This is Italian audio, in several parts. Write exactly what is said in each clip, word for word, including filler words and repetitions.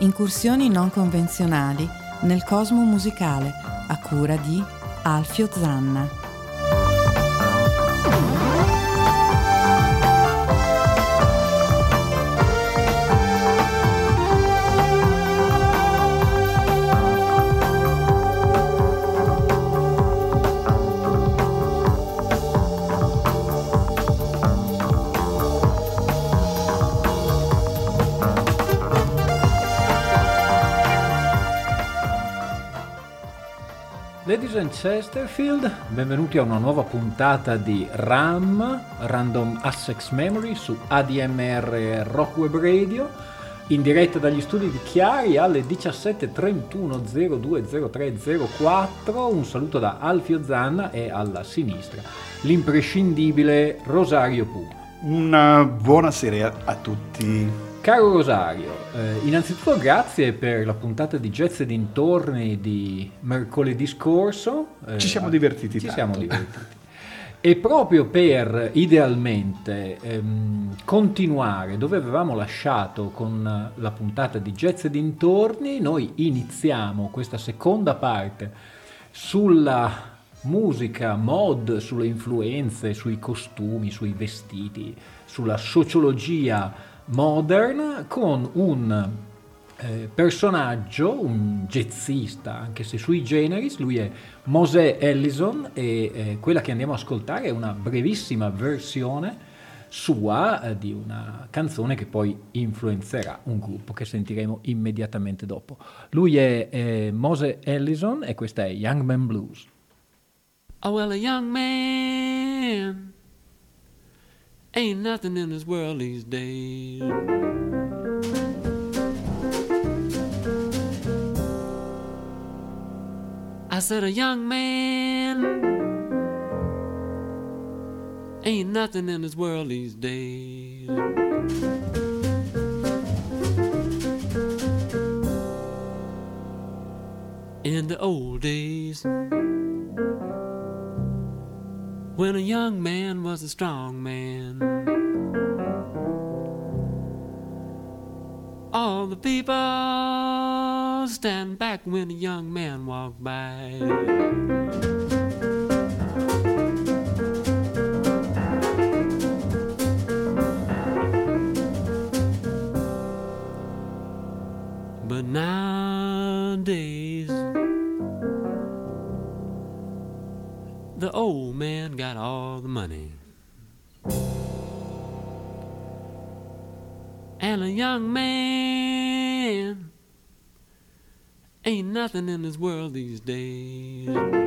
Incursioni non convenzionali nel cosmo musicale, a cura di Alfio Zanna. Ladies and Chesterfield, benvenuti a una nuova puntata di RAM, Random Access Memory, su A D M R Rock Web Radio, in diretta dagli studi di Chiari alle diciassette e trentuno zero due zero tre zero quattro. Un saluto da Alfio Zanna e alla sinistra l'imprescindibile Rosario Puma. Una buonasera a tutti. Caro Rosario, eh, innanzitutto grazie per la puntata di Jazz e dintorni di mercoledì scorso. Eh, ci siamo divertiti Ci tanto. siamo divertiti. E proprio per, idealmente, ehm, continuare dove avevamo lasciato con la puntata di Jazz e dintorni, noi iniziamo questa seconda parte sulla musica, mod, sulle influenze, sui costumi, sui vestiti, sulla sociologia modern, con un eh, personaggio, un jazzista, anche se sui generis. Lui è Mosè Ellison e eh, quella che andiamo a ascoltare è una brevissima versione sua eh, di una canzone che poi influenzerà un gruppo che sentiremo immediatamente dopo. Lui è eh, Mosè Ellison e questa è Young Man Blues. Oh, well, a young man ain't nothing in this world these days. I said a young man ain't nothing in this world these days. In the old days, when a young man was a strong man, all the people stand back when a young man walked by. But nowadays, the old man got all the money, and a young man ain't nothing in this world these days.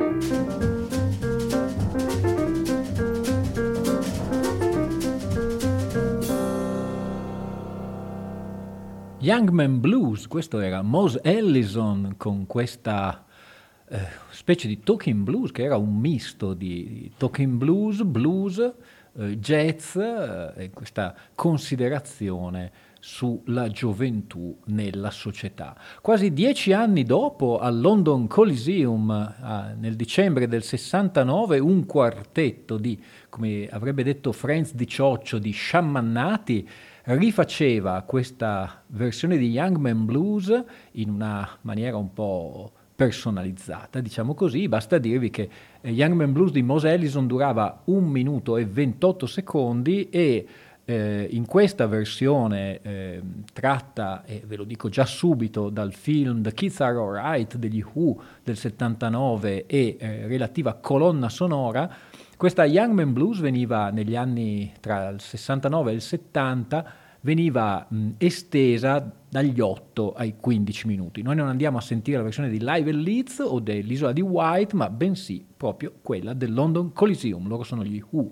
Young Man Blues, questo era Mosè Ellison con questa eh, specie di talking blues che era un misto di talking blues, blues, eh, jazz eh, e questa considerazione sulla gioventù nella società. Quasi dieci anni dopo, al London Coliseum, eh, nel dicembre del sessantanove, un quartetto di, come avrebbe detto Franz Di Cioccio, di sciamannati rifaceva questa versione di Young Man Blues in una maniera un po' personalizzata, diciamo così. Basta dirvi che Young Man Blues di Mosè Ellison durava un minuto e ventotto secondi e eh, in questa versione eh, tratta, e ve lo dico già subito, dal film The Kids Are Alright degli Who del settantanove e eh, relativa colonna sonora, questa Young Man Blues veniva negli anni tra il sessantanove e il settanta, veniva mh, estesa dagli otto ai quindici minuti. Noi non andiamo a sentire la versione di Live at Leeds o dell'Isola di White, ma bensì proprio quella del London Coliseum. Loro sono gli Who.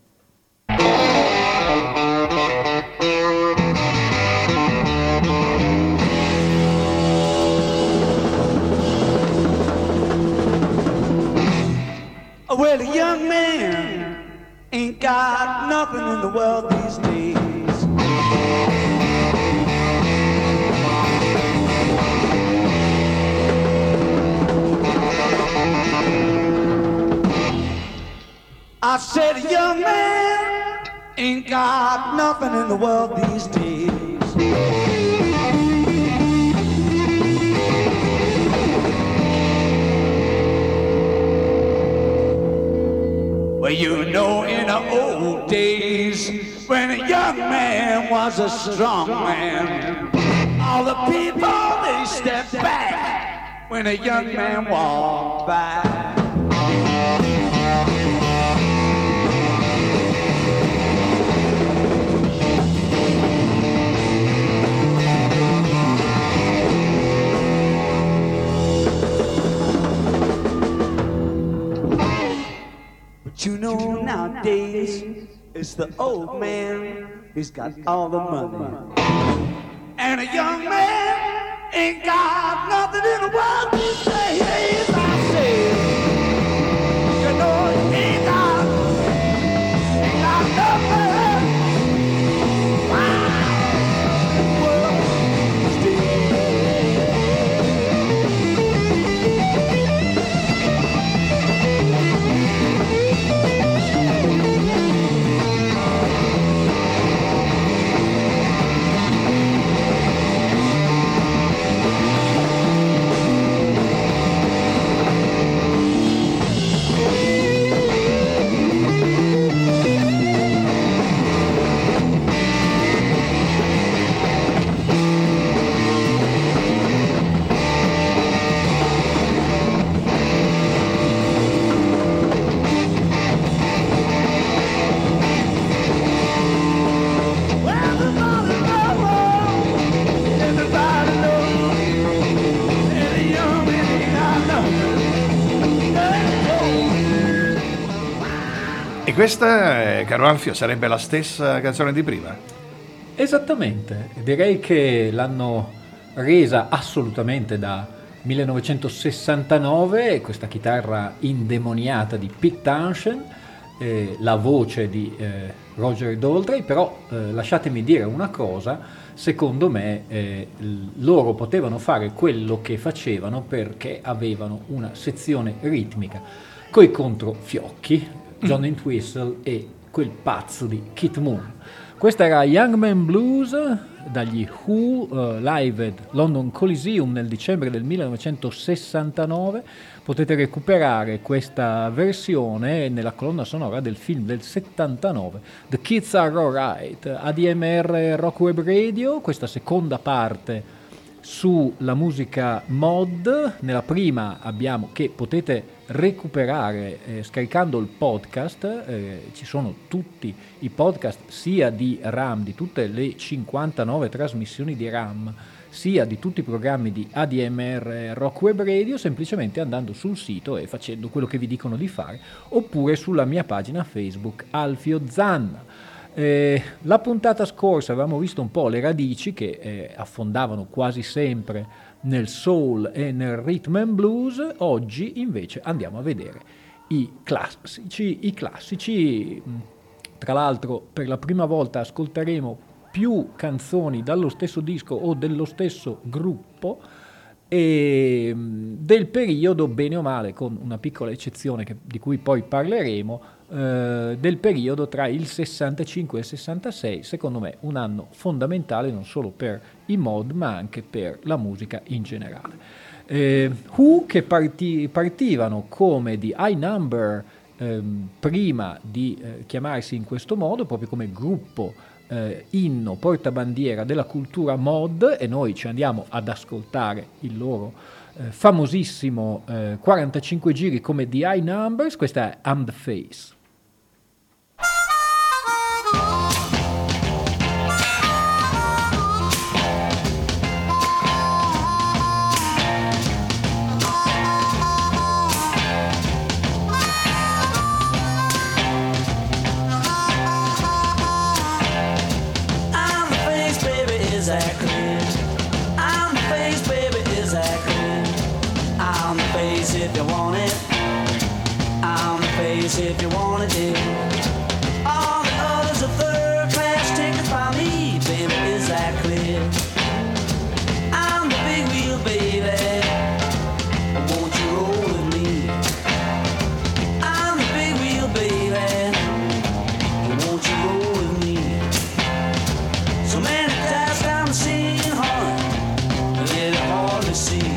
Well, a young man ain't got nothing in the world these days. I said a young man ain't got nothing in the world these days. Well, you know, in the old days, when a young man was a strong man, all the people, they stepped back when a young man walked by. You know, nowadays, it's the old man, he's got all the money. And a young man ain't got nothing in the world to say. Yes, I say, you know, he ain't got, ain't got nothing. Wow, world still. Questa, caro Alfio, sarebbe la stessa canzone di prima? Esattamente, direi che l'hanno resa assolutamente da millenovecentosessantanove, questa chitarra indemoniata di Pete Townshend, eh, la voce di eh, Roger Daltrey, però eh, lasciatemi dire una cosa, secondo me eh, loro potevano fare quello che facevano perché avevano una sezione ritmica coi controfiocchi, John Entwistle e quel pazzo di Keith Moon. Questa era Young Man Blues dagli Who, uh, live at London Coliseum nel dicembre del millenovecentosessantanove. Potete recuperare questa versione nella colonna sonora del film del settantanove, The Kids Are Alright, A D M R Rock Web Radio, questa seconda parte sulla musica mod. Nella prima abbiamo, che potete recuperare eh, scaricando il podcast, eh, ci sono tutti i podcast sia di RAM, di tutte le cinquantanove trasmissioni di RAM, sia di tutti i programmi di A D M R Rock Web Radio, semplicemente andando sul sito e facendo quello che vi dicono di fare, oppure sulla mia pagina Facebook Alfio Zanna. Eh, la puntata scorsa avevamo visto un po' le radici che eh, affondavano quasi sempre nel soul e nel rhythm and blues. Oggi invece andiamo a vedere i classici, i classici. Tra l'altro per la prima volta ascolteremo più canzoni dallo stesso disco o dello stesso gruppo e del periodo, bene o male, con una piccola eccezione che, di cui poi parleremo, eh, del periodo tra il sessantacinque e il sessantasei, secondo me un anno fondamentale non solo per i mod ma anche per la musica in generale. Eh, Who, che parti, partivano come di High Number ehm, prima di eh, chiamarsi in questo modo, proprio come gruppo Eh, inno, portabandiera della cultura mod, e noi ci andiamo ad ascoltare il loro eh, famosissimo eh, quarantacinque giri come The High Numbers. Questa è I'm the Face. If you want it, I'm the face if you want it, dear. All the others are third class tickets by me, baby, is that clear? I'm the big wheel, baby, won't you roll with me? I'm the big wheel, baby, won't you roll with me? So many times I'm seeing hard, it's hard to see.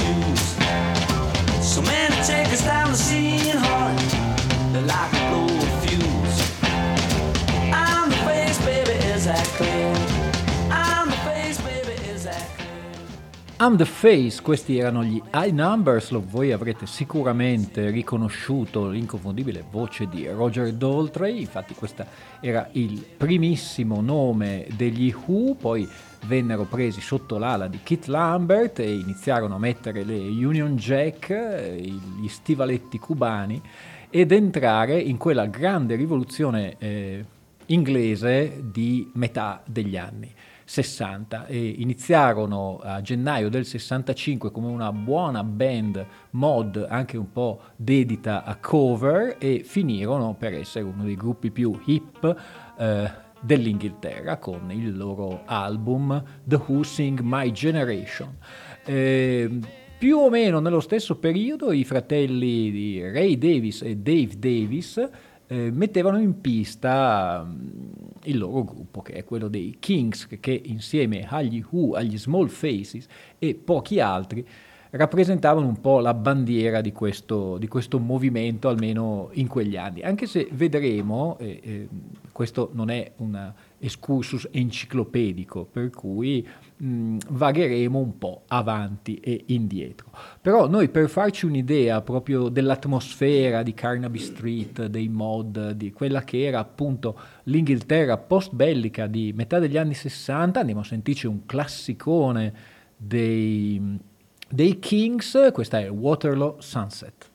shoes. So many tickets down the scene, hard, they're like a blow a fuse. I'm the face, baby, is that clear? I'm the face, baby, is that clear? I'm the Face, questi erano gli High Numbers, lo voi avrete sicuramente riconosciuto l'inconfondibile voce di Roger Daltrey, infatti questo era il primissimo nome degli Who, poi vennero presi sotto l'ala di Keith Lambert e iniziarono a mettere le Union Jack, gli stivaletti cubani, ed entrare in quella grande rivoluzione eh, inglese di metà degli anni sessanta, e iniziarono a gennaio del sessantacinque come una buona band mod, anche un po' dedita a cover, e finirono per essere uno dei gruppi più hip eh, dell'Inghilterra con il loro album The Who Sing My Generation. Eh, più o meno nello stesso periodo i fratelli di Ray Davies e Dave Davies Eh, mettevano in pista um, il loro gruppo, che è quello dei Kings, che, che insieme agli Who, agli Small Faces e pochi altri rappresentavano un po' la bandiera di questo, di questo movimento, almeno in quegli anni, anche se vedremo, eh, eh, questo non è un excursus enciclopedico, per cui mh, vagheremo un po' avanti e indietro. Però noi, per farci un'idea proprio dell'atmosfera di Carnaby Street, dei mod, di quella che era appunto l'Inghilterra post-bellica di metà degli anni sessanta, andiamo a sentirci un classicone dei, dei Kings, questa è Waterloo Sunset.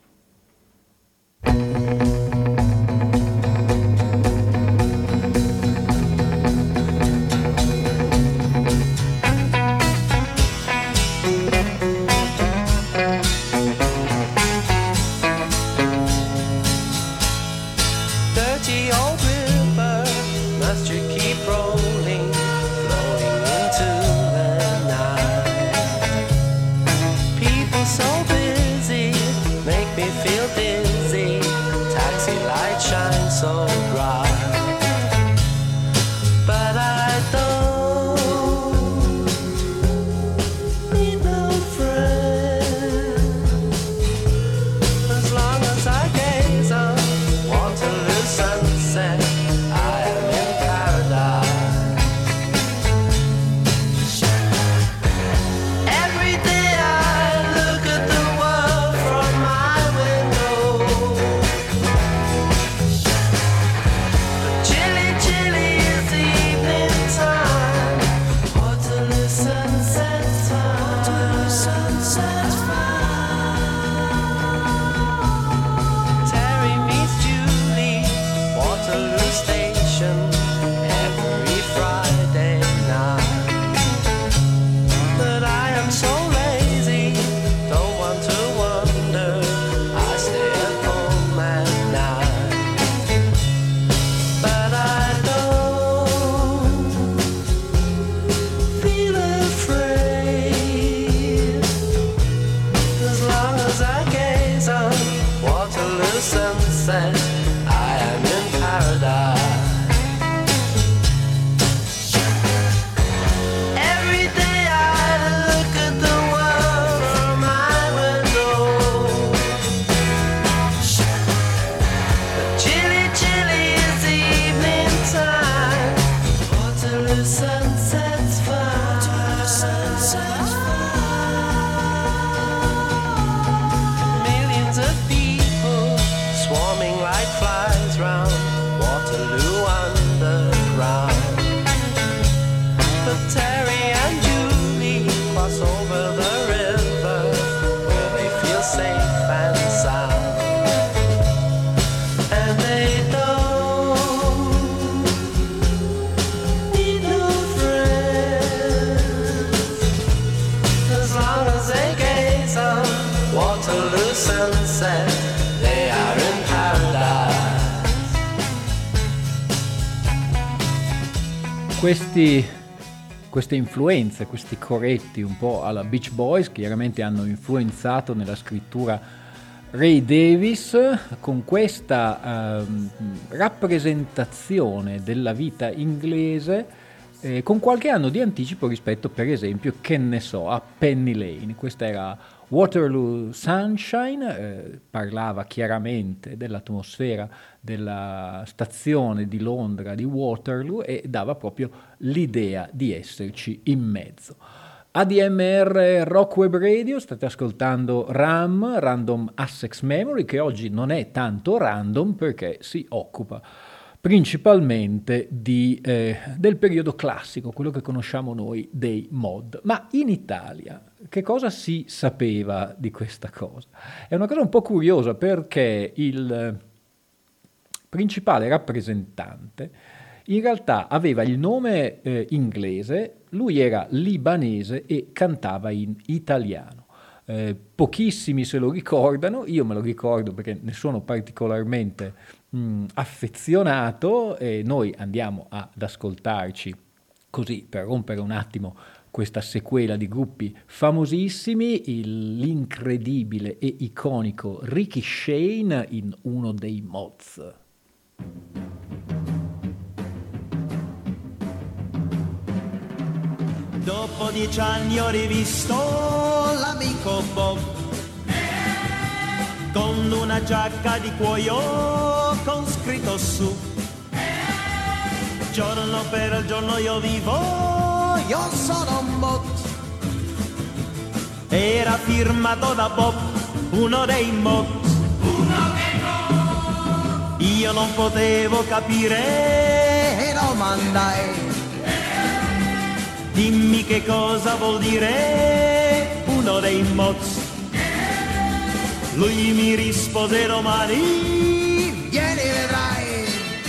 Questi, queste influenze, questi coretti un po' alla Beach Boys, chiaramente hanno influenzato nella scrittura Ray Davies, con questa eh, rappresentazione della vita inglese eh, con qualche anno di anticipo rispetto, per esempio, che ne so, a Penny Lane. Questa era Waterloo Sunshine eh, parlava chiaramente dell'atmosfera della stazione di Londra di Waterloo e dava proprio l'idea di esserci in mezzo. A D M R Rock Web Radio, state ascoltando RAM, Random Access Memory, che oggi non è tanto random perché si occupa principalmente di, eh, del periodo classico, quello che conosciamo noi dei mod. Ma in Italia che cosa si sapeva di questa cosa? È una cosa un po' curiosa perché il principale rappresentante in realtà aveva il nome eh, inglese, lui era libanese e cantava in italiano. Eh, pochissimi se lo ricordano, io me lo ricordo perché ne sono particolarmente mh, affezionato e noi andiamo ad ascoltarci così per rompere un attimo questa sequela di gruppi famosissimi, il, l'incredibile e iconico Ricky Shane in uno dei Mods. Dopo dieci anni ho rivisto l'amico Bob con una giacca di cuoio con scritto su giorno per giorno io vivo, io sono un bot. Era firmato da Bob, uno dei mod. Io non potevo capire e domandai dimmi che cosa vuol dire uno dei mods. Lui mi rispose domani, vieni vedrai,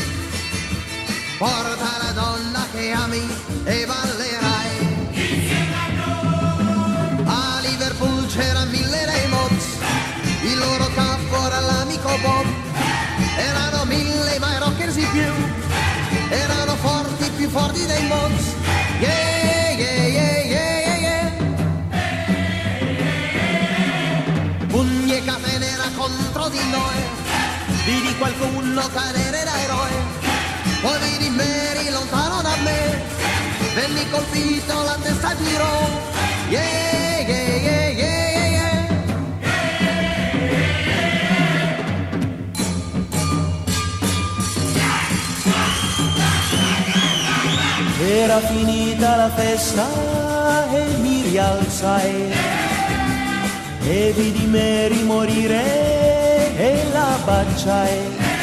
porta la donna che ami e ballerai. A Liverpool c'era mille dei mods, il loro capo era l'amico Bob. Erano mille ma i rockers di più, erano forti, più forti dei mods. Yeah, yeah, yeah, yeah, yeah, yeah. Pugni e catene era contro di noi, vidi qualcuno cadere da eroe, poi vidi Mary lontano da me, venni colpito, la testa girò. Yeah, yeah, yeah, yeah, yeah. Era finita la festa e mi rialzai e vidi Mary morire e la baciai.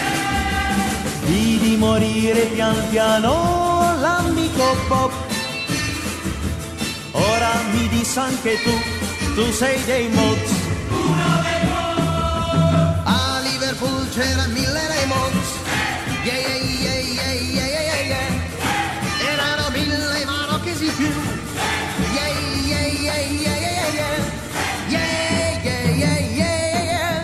Vidi morire pian piano l'amico Bob. Ora mi disse anche tu, tu sei dei mods. A Liverpool c'era mille dei mods. Yeah, yeah, yeah, yeah, yeah, yeah, yeah. Erano mille ma non che si più. Yeah, yeah, yeah, yeah, yeah, yeah. Yeah, yeah, yeah, yeah, yeah.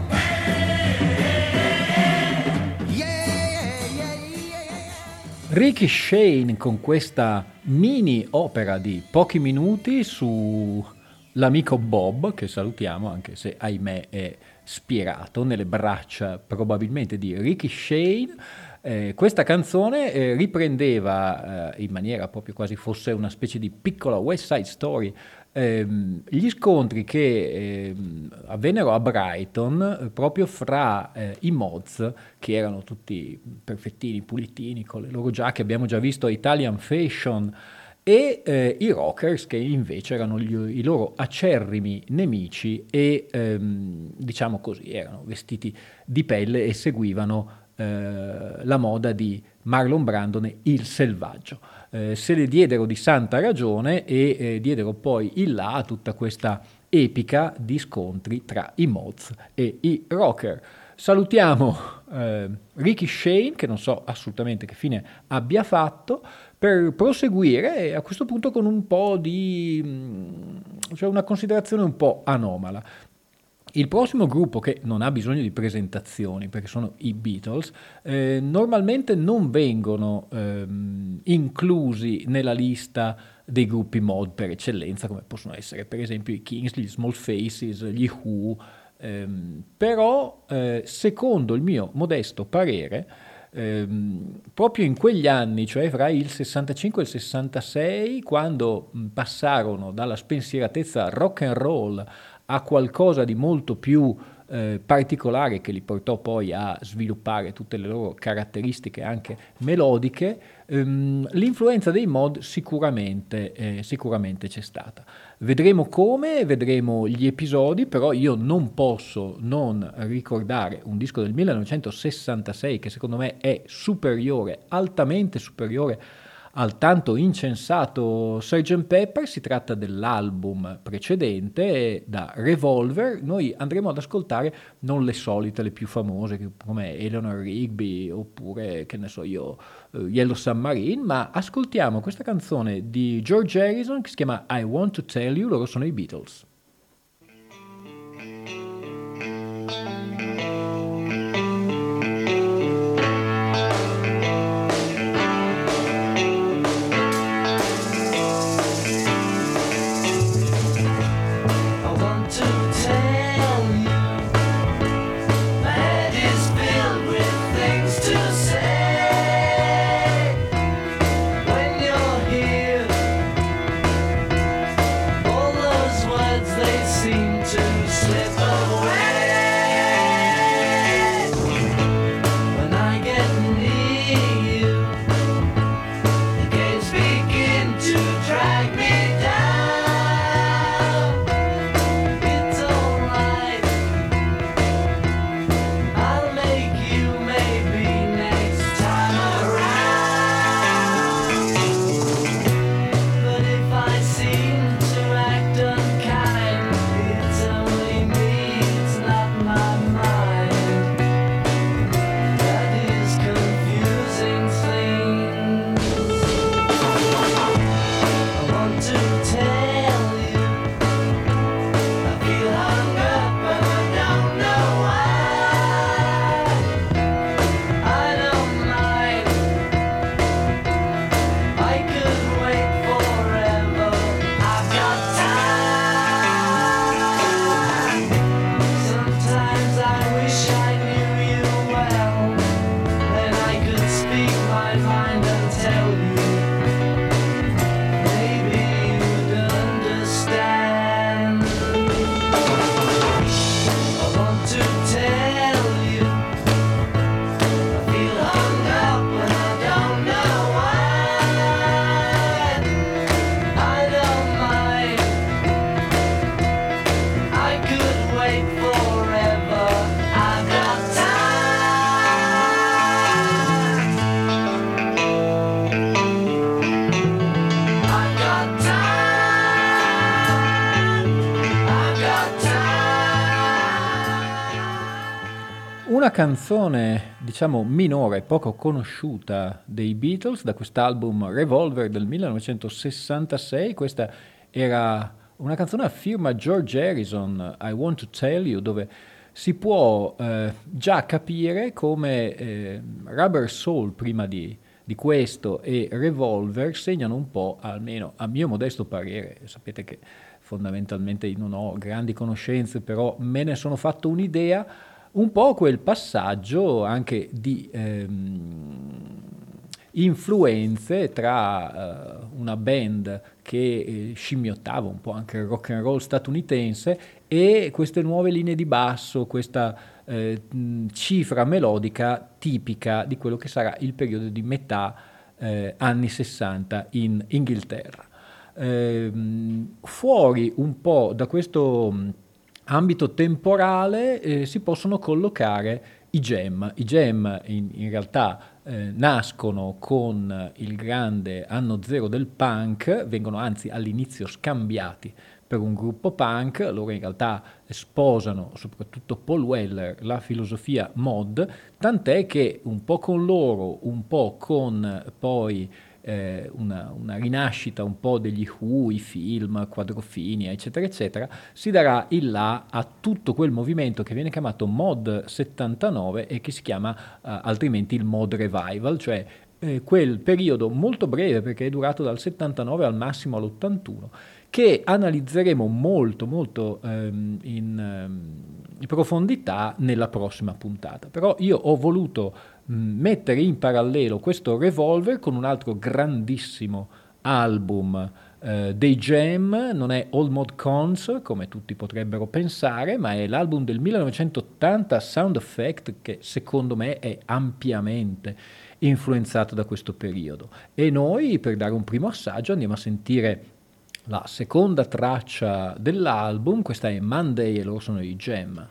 Yeah, yeah, yeah, yeah. Ricky Shane con questa mini opera di pochi minuti su l'amico Bob, che salutiamo anche se ahimè è spierato nelle braccia probabilmente di Ricky Shane. Eh, questa canzone eh, riprendeva eh, in maniera proprio quasi fosse una specie di piccola West Side Story ehm, gli scontri che ehm, avvennero a Brighton eh, proprio fra eh, i mods, che erano tutti perfettini, pulitini con le loro giacche, abbiamo già visto Italian Fashion, e eh, i rockers, che invece erano gli, i loro acerrimi nemici e ehm, diciamo così erano vestiti di pelle e seguivano eh, la moda di Marlon Brando e Il Selvaggio. Eh, se le diedero di santa ragione e eh, diedero poi il là a tutta questa epica di scontri tra i mods e i rocker. Salutiamo eh, Ricky Shane, che non so assolutamente che fine abbia fatto, per proseguire a questo punto con un po' di, cioè una considerazione un po' anomala. Il prossimo gruppo, che non ha bisogno di presentazioni perché sono i Beatles, eh, normalmente non vengono ehm, inclusi nella lista dei gruppi mod per eccellenza, come possono essere per esempio i Kings, gli Small Faces, gli Who, ehm, però eh, secondo il mio modesto parere ehm, proprio in quegli anni, cioè fra il sessantacinque e il sessantasei, quando mh, passarono dalla spensieratezza rock and roll a qualcosa di molto più eh, particolare che li portò poi a sviluppare tutte le loro caratteristiche anche melodiche. Um, l'influenza dei mod sicuramente, eh, sicuramente c'è stata. Vedremo come, vedremo gli episodi, però io non posso non ricordare un disco del millenovecentosessantasei che secondo me è superiore, altamente superiore al tanto incensato sergeant Pepper. Si tratta dell'album precedente, da Revolver. Noi andremo ad ascoltare non le solite, le più famose come Eleanor Rigby oppure, che ne so io, uh, Yellow Submarine, ma ascoltiamo questa canzone di George Harrison che si chiama I Want to Tell You. Loro sono i Beatles. Una canzone, diciamo, minore, poco conosciuta dei Beatles, da quest'album Revolver del millenovecentosessantasei. Questa era una canzone a firma George Harrison, I Want to Tell You, dove si può eh, già capire come eh, Rubber Soul prima di, di questo e Revolver segnano un po', almeno a mio modesto parere. Sapete che fondamentalmente io non ho grandi conoscenze, però me ne sono fatto un'idea, un po' quel passaggio anche di ehm, influenze tra uh, una band che eh, scimmiottava un po' anche il rock and roll statunitense e queste nuove linee di basso, questa eh, cifra melodica tipica di quello che sarà il periodo di metà eh, anni sessanta in Inghilterra. Eh, fuori un po' da questo ambito temporale eh, si possono collocare i Jam. I Jam in, in realtà eh, nascono con il grande anno zero del punk, vengono anzi all'inizio scambiati per un gruppo punk. Loro in realtà sposano, soprattutto Paul Weller, la filosofia mod, tant'è che un po' con loro, un po' con poi eh, una, una rinascita un po' degli Who, i film, Quadrophenia, eccetera, eccetera, si darà il là a tutto quel movimento che viene chiamato Mod settantanove e che si chiama eh, altrimenti il Mod Revival, cioè eh, quel periodo molto breve, perché è durato dal settantanove al massimo all'ottantuno, che analizzeremo molto molto ehm, in, ehm, in profondità nella prossima puntata. Però io ho voluto mh, mettere in parallelo questo Revolver con un altro grandissimo album eh, dei Jam, non è Old Mod Cons come tutti potrebbero pensare, ma è l'album del millenovecentottanta Sound Effect, che secondo me è ampiamente influenzato da questo periodo. E noi, per dare un primo assaggio, andiamo a sentire la seconda traccia dell'album. Questa è Monday e loro sono i Jam.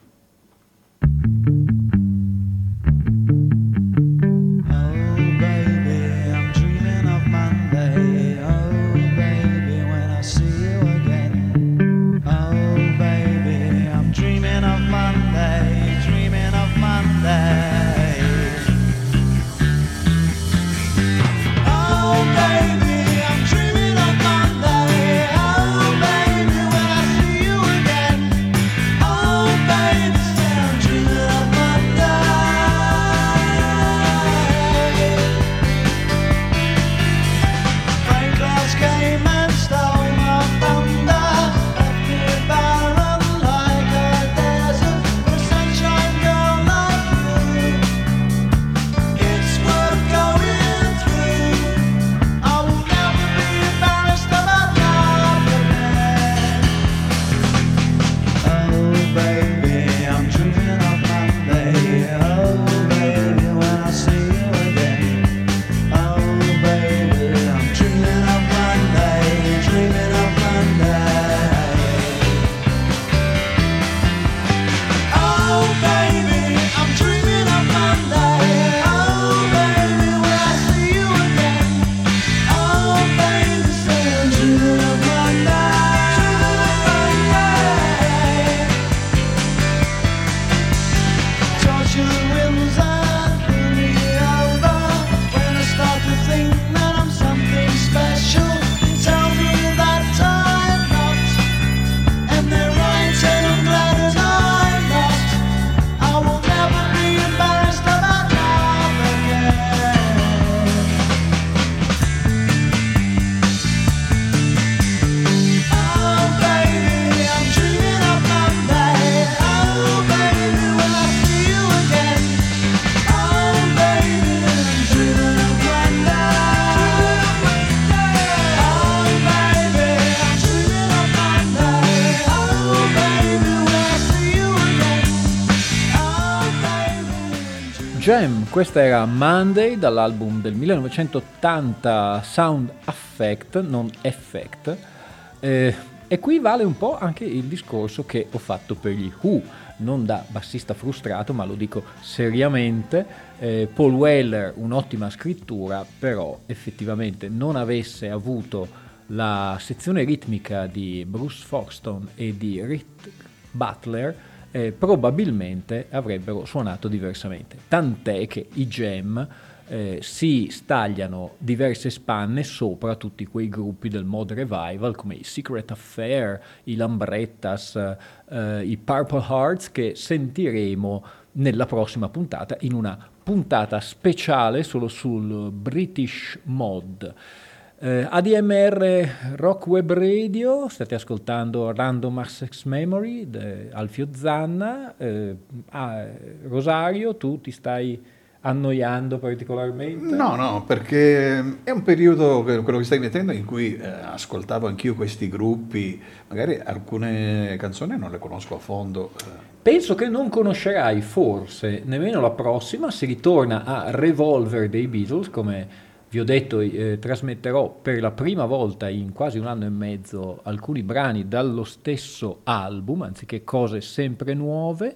Jam, questa era Monday dall'album del millenovecentottanta Sound Effect, non Effect, eh, e qui vale un po' anche il discorso che ho fatto per gli Who, non da bassista frustrato, ma lo dico seriamente. eh, Paul Weller, un'ottima scrittura, però effettivamente non avesse avuto la sezione ritmica di Bruce Foxton e di Rick Butler, Eh, probabilmente avrebbero suonato diversamente, tant'è che i Jam eh, si stagliano diverse spanne sopra tutti quei gruppi del mod revival come i Secret Affair, i Lambrettas, eh, i Purple Hearts, che sentiremo nella prossima puntata, in una puntata speciale solo sul British mod. Uh, A D M R Rock Web Radio, state ascoltando Random Access Memory, de Alfio Zanna. uh, ah, Rosario, tu ti stai annoiando particolarmente? No, no, perché è un periodo, quello che stai mettendo, in cui eh, ascoltavo anch'io questi gruppi, magari alcune canzoni non le conosco a fondo. Penso che non conoscerai forse nemmeno la prossima. Si ritorna a Revolver dei Beatles, come vi ho detto, eh, trasmetterò per la prima volta in quasi un anno e mezzo alcuni brani dallo stesso album, anziché cose sempre nuove.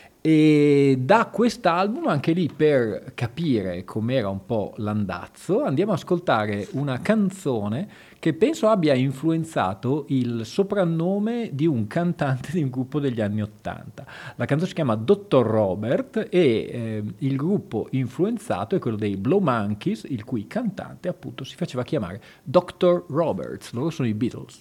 E da quest'album, anche lì per capire com'era un po' l'andazzo, andiamo ad ascoltare una canzone che penso abbia influenzato il soprannome di un cantante di un gruppo degli anni Ottanta. La canzone si chiama Doctor Robert e eh, il gruppo influenzato è quello dei Blow Monkeys, il cui cantante appunto si faceva chiamare Doctor Roberts. Loro sono i Beatles.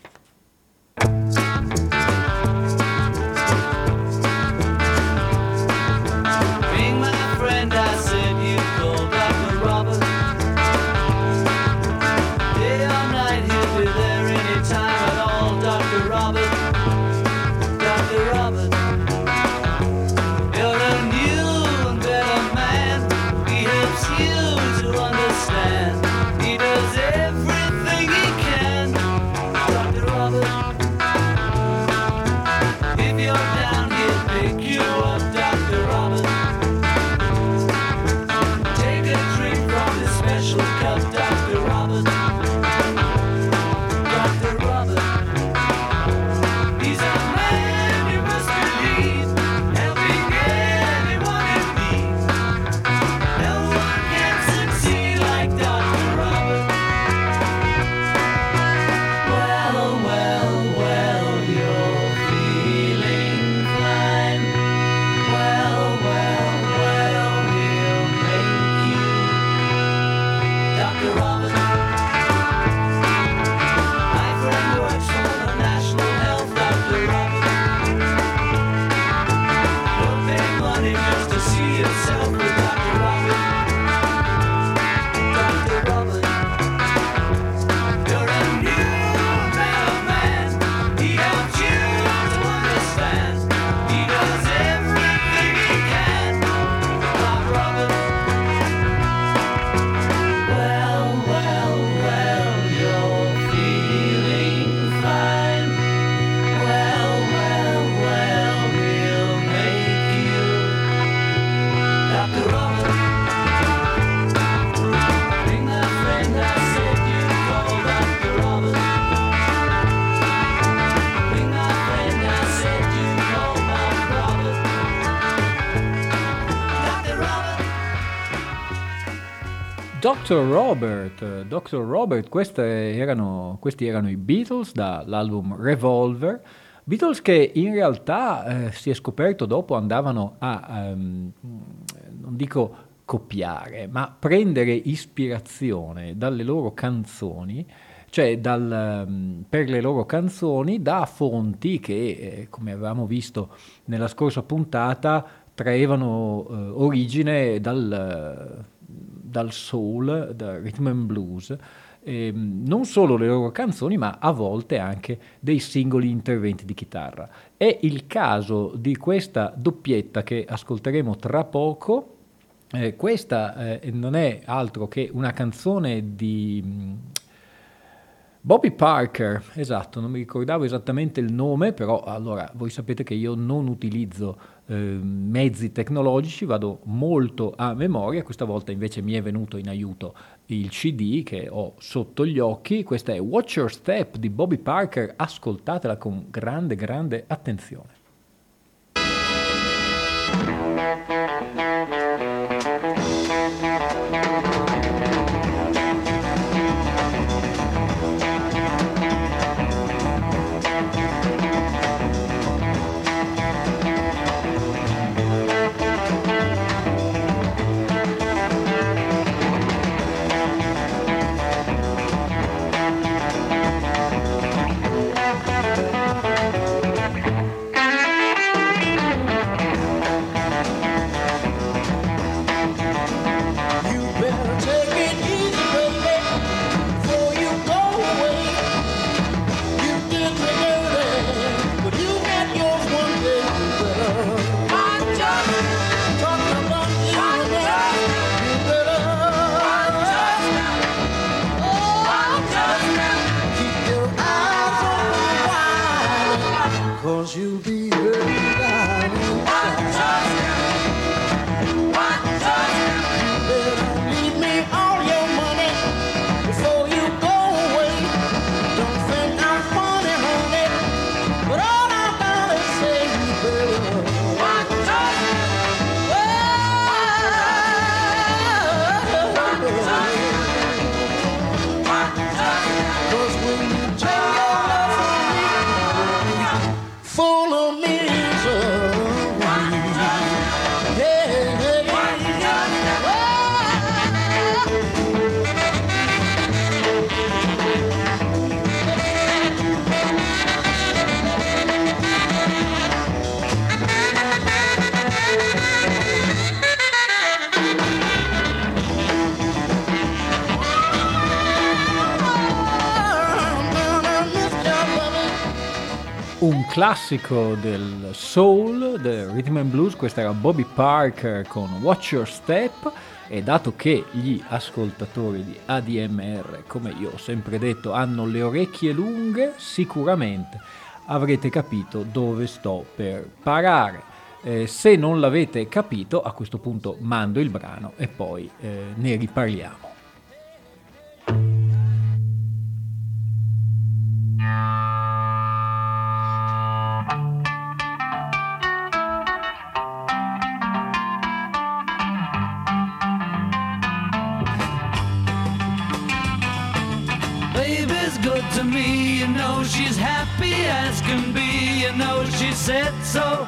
He does everything he can doctor Robert, doctor Robert, queste erano, questi erano i Beatles dall'album Revolver, Beatles che in realtà eh, si è scoperto dopo andavano a, um, non dico copiare, ma prendere ispirazione dalle loro canzoni, cioè dal, um, per le loro canzoni da fonti che, eh, come avevamo visto nella scorsa puntata, traevano eh, origine dal... dal soul, dal rhythm and blues, eh, non solo le loro canzoni, ma a volte anche dei singoli interventi di chitarra. È il caso di questa doppietta che ascolteremo tra poco. Eh, questa eh, non è altro che una canzone di mh, Bobby Parker, esatto, non mi ricordavo esattamente il nome, però allora voi sapete che io non utilizzo eh, mezzi tecnologici, vado molto a memoria, questa volta invece mi è venuto in aiuto il C D che ho sotto gli occhi. Questa è Watch Your Step di Bobby Parker, ascoltatela con grande grande attenzione. Un classico del soul, del rhythm and blues, questa era Bobby Parker con Watch Your Step, e dato che gli ascoltatori di A D M R, come io ho sempre detto, hanno le orecchie lunghe, sicuramente avrete capito dove sto per parare. Eh, se non l'avete capito, a questo punto mando il brano e poi eh, ne riparliamo. Baby's good to me, you know she's happy as can be, you know she said so.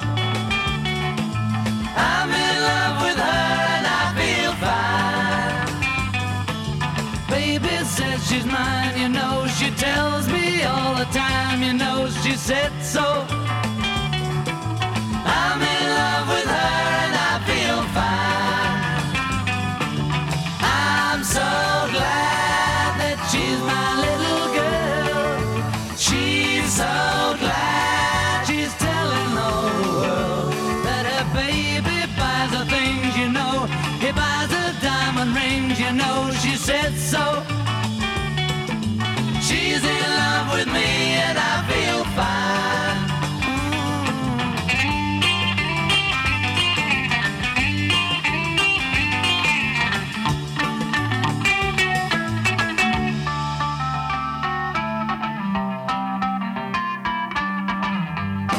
I'm in love with her and I feel fine. Baby says she's mine, you know she tells me all the time, you know she said so. I'm in love with her and I feel fine. I'm so glad that she's my little girl. She's so glad she's telling the whole world that her baby buys her things, you know. He buys her diamond rings, you know. She said so. She's in love with me and I feel fine.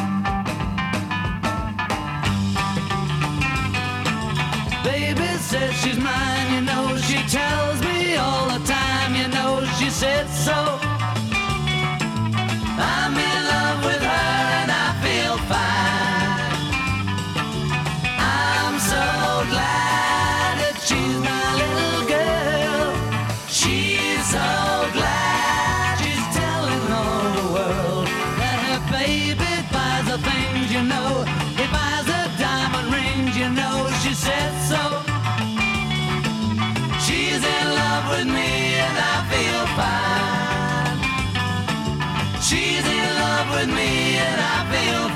Baby says she's mine, you know she tells me all the time, you know she said so. I'm in love with her and I feel fine. I'm so glad that she's my little girl. She's so glad she's telling all the world that her baby buys the things, you know. He buys the diamond rings, you know she said so. She's in love with me and I feel fine. She's in love with me and I feel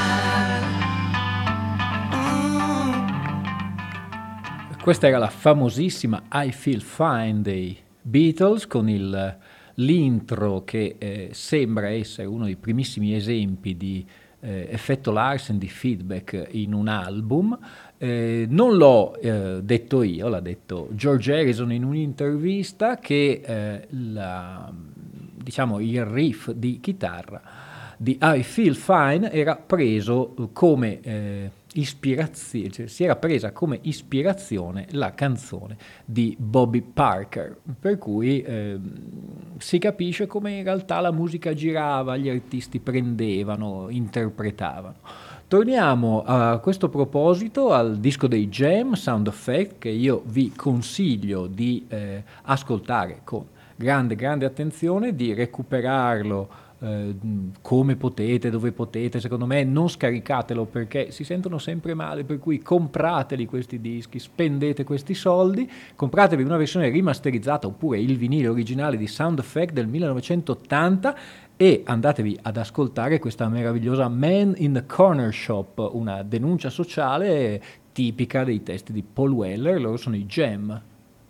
fine. Mm. Questa era la famosissima I Feel Fine dei Beatles, con il, l'intro che eh, sembra essere uno dei primissimi esempi di eh, effetto Larsen, di feedback in un album. Eh, non l'ho eh, detto io, l'ha detto George Harrison in un'intervista, che eh, la, diciamo, il riff di chitarra di I Feel Fine era preso come eh, ispirazione, cioè si era presa come ispirazione la canzone di Bobby Parker, per cui eh, si capisce come in realtà la musica girava, gli artisti prendevano, interpretavano. Torniamo a questo proposito al disco dei Jam, Sound Effect, che io vi consiglio di eh, ascoltare con grande, grande attenzione, di recuperarlo eh, come potete, dove potete. Secondo me non scaricatelo perché si sentono sempre male, per cui comprateli questi dischi, spendete questi soldi, compratevi una versione rimasterizzata oppure il vinile originale di Sound Effect del millenovecentottanta e andatevi ad ascoltare questa meravigliosa Man in the Corner Shop, una denuncia sociale tipica dei testi di Paul Weller. Loro sono i Jam.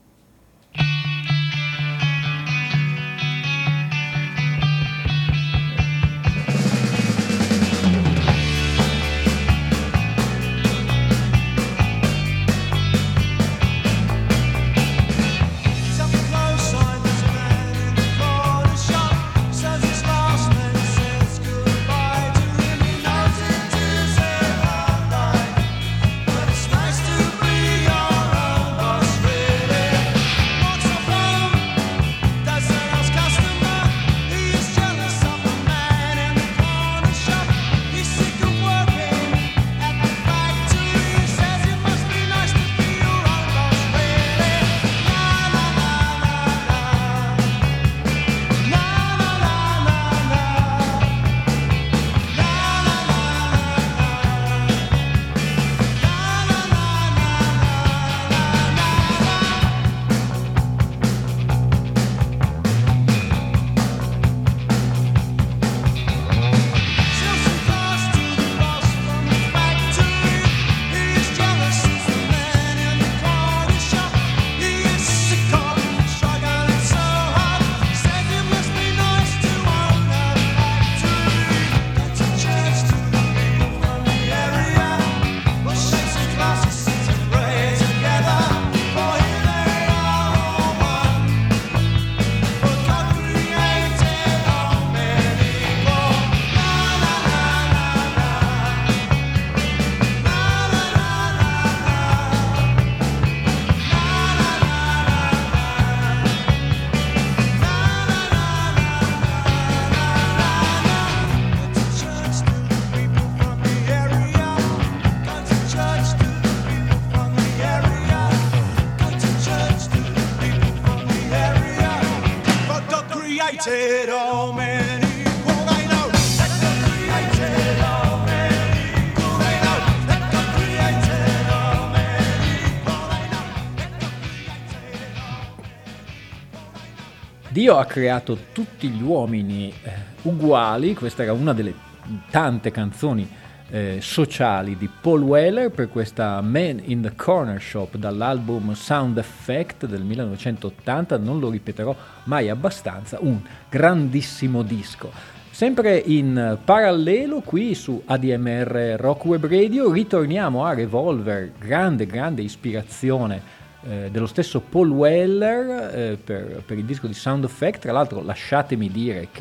Dio ha creato tutti gli uomini eh, uguali. Questa era una delle tante canzoni eh, sociali di Paul Weller per questa Man in the Corner Shop dall'album Sound Effect del millenovecentottanta. Non lo ripeterò mai abbastanza, un grandissimo disco. Sempre in parallelo qui su A D M R Rock Web Radio ritorniamo a Revolver, grande grande ispirazione Eh, dello stesso Paul Weller eh, per, per il disco di Sound Effect. Tra l'altro lasciatemi dire che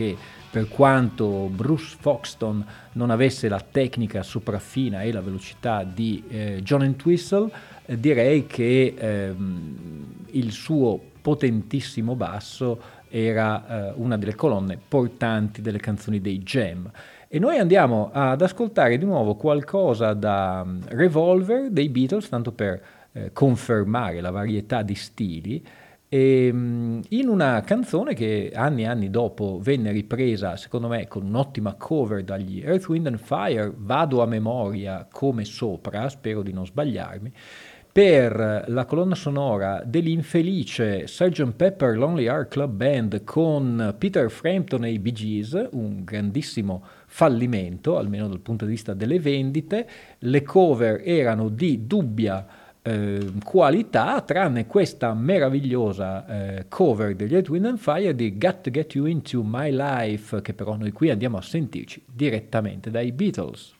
per quanto Bruce Foxton non avesse la tecnica sopraffina e la velocità di eh, John Entwistle, eh, direi che ehm, il suo potentissimo basso era eh, una delle colonne portanti delle canzoni dei Jam. E noi andiamo ad ascoltare di nuovo qualcosa da um, Revolver dei Beatles, tanto per eh, confermare la varietà di stili, e, um, in una canzone che anni e anni dopo venne ripresa, secondo me, con un'ottima cover dagli Earth, Wind and Fire, vado a memoria come sopra, spero di non sbagliarmi, per la colonna sonora dell'infelice sergeant Pepper Lonely Heart Club Band con Peter Frampton e i Bee Gees, un grandissimo fallimento, almeno dal punto di vista delle vendite. Le cover erano di dubbia eh, qualità, tranne questa meravigliosa eh, cover degli Earth, Wind and Fire di Got to Get You Into My Life, che però noi qui andiamo a sentirci direttamente dai Beatles.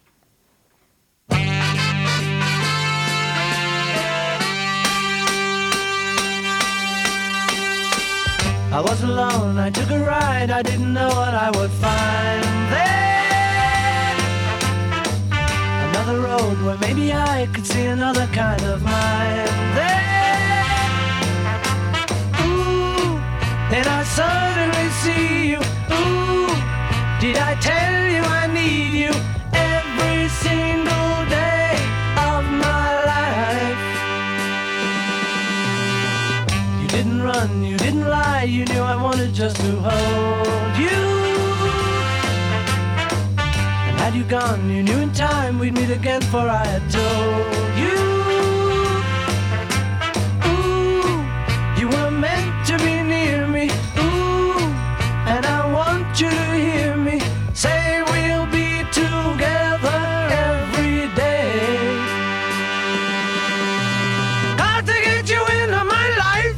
I was alone, I took a ride, I didn't know what I would find there. Another road where maybe I could see another kind of mind there. Ooh, then I suddenly see you. Ooh, did I tell you I need you every single day of my life? You didn't run, you didn't lie, you knew I wanted just to hold you. And had you gone, you knew in time we'd meet again, for I had told you. Ooh, you were meant to be near me. Ooh, and I want you to hear me say we'll be together every day. Got to get you into my life.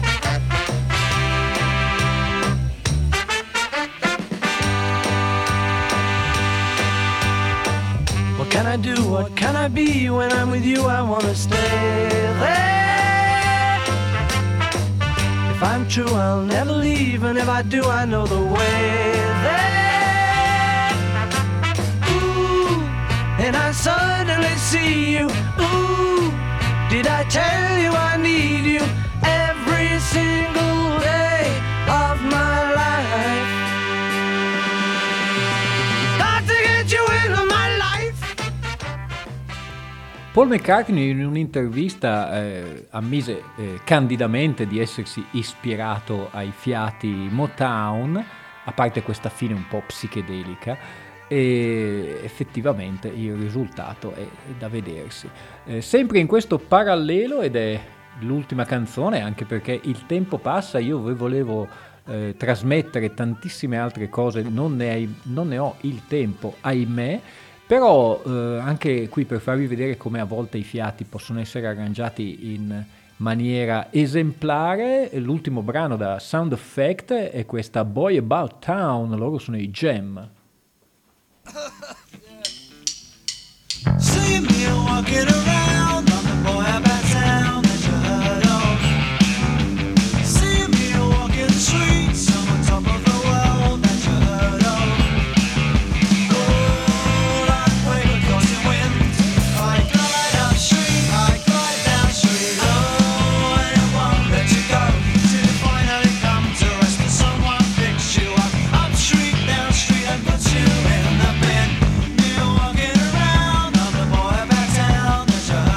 What can I do, what can I be? When I'm with you I wanna stay there. If I'm true I'll never leave, and if I do I know the way there. Ooh, and I suddenly see you. Ooh, did I tell you I need you every single day of my life? Got to get you into my life. Paul McCartney in un'intervista eh, ammise eh, candidamente di essersi ispirato ai fiati Motown, a parte questa fine un po' psichedelica, e effettivamente il risultato è da vedersi. Eh, sempre in questo parallelo, ed è l'ultima canzone, anche perché il tempo passa, io vi volevo eh, trasmettere tantissime altre cose, non ne, hai, non ne ho il tempo, ahimè. Però eh, anche qui, per farvi vedere come a volte i fiati possono essere arrangiati in maniera esemplare, l'ultimo brano da Sound Effect è questa Boy About Town, loro sono i Jam. See me walking around, I'm the boy about town that you heard of. See me walking the streets, I'm on top of the world that you heard of. Oh, like wave across the wind, I glide up street, I glide down street. Oh, and it won't let you go till you finally come to rest, and someone picks you up, up street, down street, and puts you in the bin. You're walking around, I'm the boy about town that you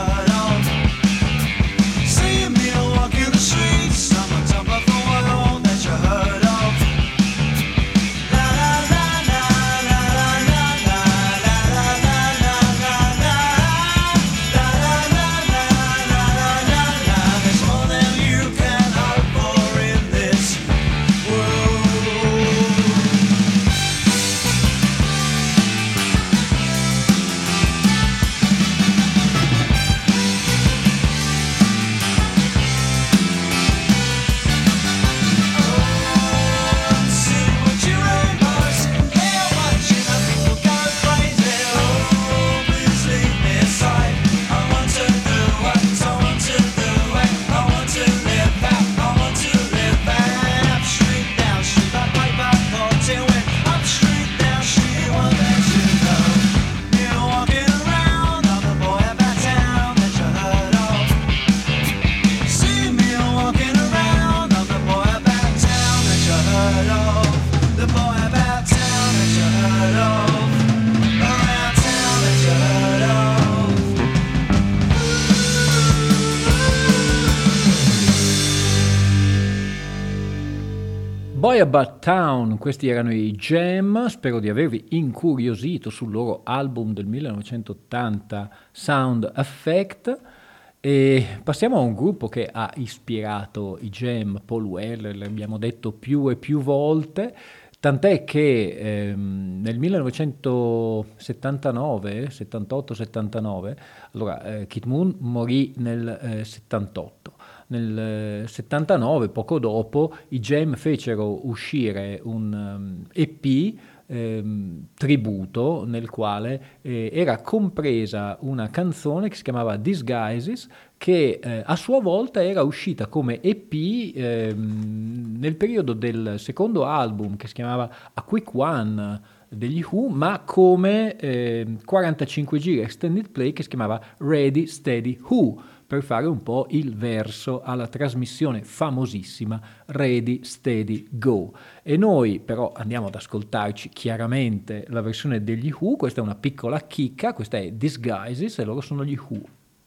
Boy About Town, questi erano i Jam, spero di avervi incuriosito sul loro album del millenovecentottanta Sound Effect. E passiamo a un gruppo che ha ispirato i Jam, Paul Weller, l'abbiamo detto più e più volte, tant'è che ehm, nel millenovecentosettantanove, settantotto settantanove, allora eh, Keith Moon morì nel eh, settantotto. Nel settantanove, poco dopo, i Jam fecero uscire un um, E P ehm, tributo nel quale eh, era compresa una canzone che si chiamava Disguises, che eh, a sua volta era uscita come E P ehm, nel periodo del secondo album, che si chiamava A Quick One degli Who, ma come eh, quarantacinque giri extended play che si chiamava Ready Steady Who, per fare un po' il verso alla trasmissione famosissima Ready Steady Go. E noi però andiamo ad ascoltarci chiaramente la versione degli Who. Questa è una piccola chicca, questa è Disguises e loro sono gli Who.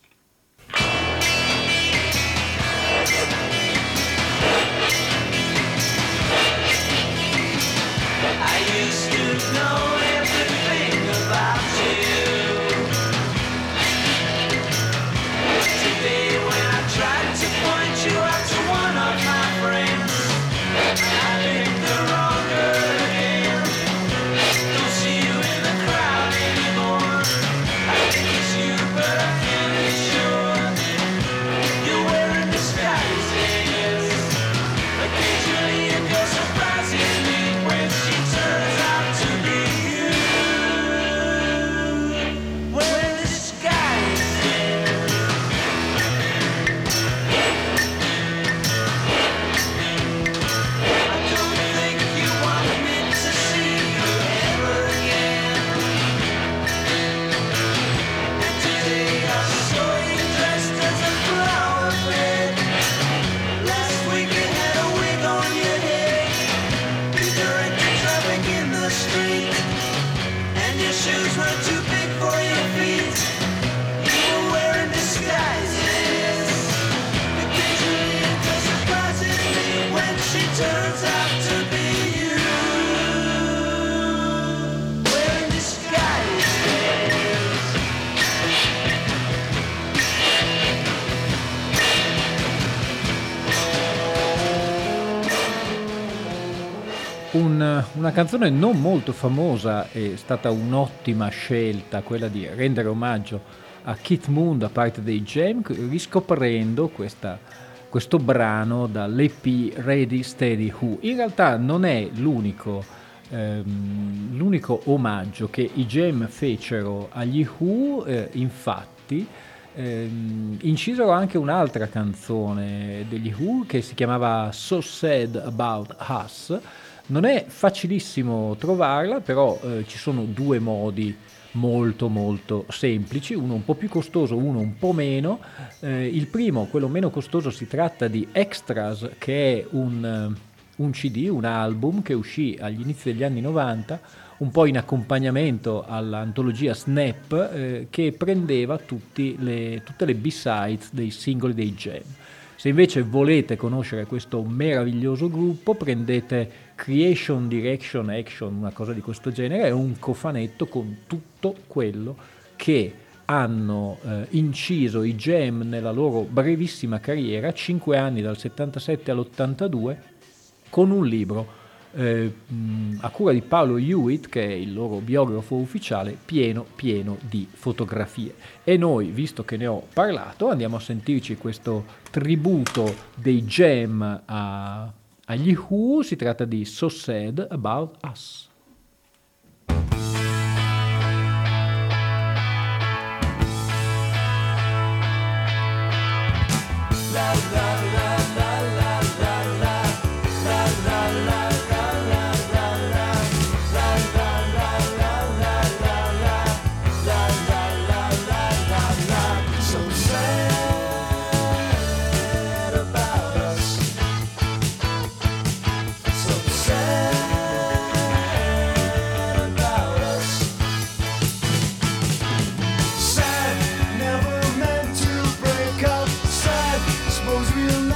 Un, una canzone non molto famosa, è stata un'ottima scelta quella di rendere omaggio a Keith Moon da parte dei Jam, riscoprendo questa, questo brano dall'E P Ready Steady Who. In realtà non è l'unico, ehm, l'unico omaggio che i Jam fecero agli Who, eh, infatti ehm, incisero anche un'altra canzone degli Who che si chiamava So Sad About Us. Non è facilissimo trovarla, però eh, ci sono due modi molto molto semplici, uno un po' più costoso, uno un po' meno. Eh, il primo, quello meno costoso, si tratta di Extras, che è un, un C D, un album che uscì agli inizi degli anni novanta, un po' in accompagnamento all'antologia Snap, eh, che prendeva tutti le, tutte le B-sides dei singoli dei Jam. Se invece volete conoscere questo meraviglioso gruppo, prendete Creation, Direction, Action, una cosa di questo genere, è un cofanetto con tutto quello che hanno eh, inciso i Jam nella loro brevissima carriera, cinque anni dal settantasette all'ottantadue, con un libro eh, mh, a cura di Paolo Hewitt, che è il loro biografo ufficiale, pieno pieno di fotografie. E noi, visto che ne ho parlato, andiamo a sentirci questo tributo dei Jam a, agli Who. Si tratta di So Sad About Us. La la la la la la la la la la suppose we'll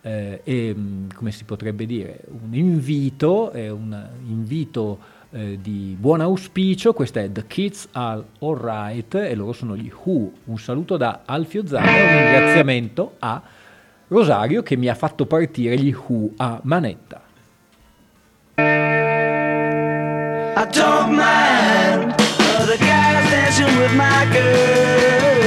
eh, è, come si potrebbe dire, un invito, è un invito eh, di buon auspicio. Questa è The Kids Are Alright e loro sono gli Who. Un saluto da Alfio Zanna e un ringraziamento a Rosario che mi ha fatto partire gli Who a manetta. I don't mind other guys dancing with my girl.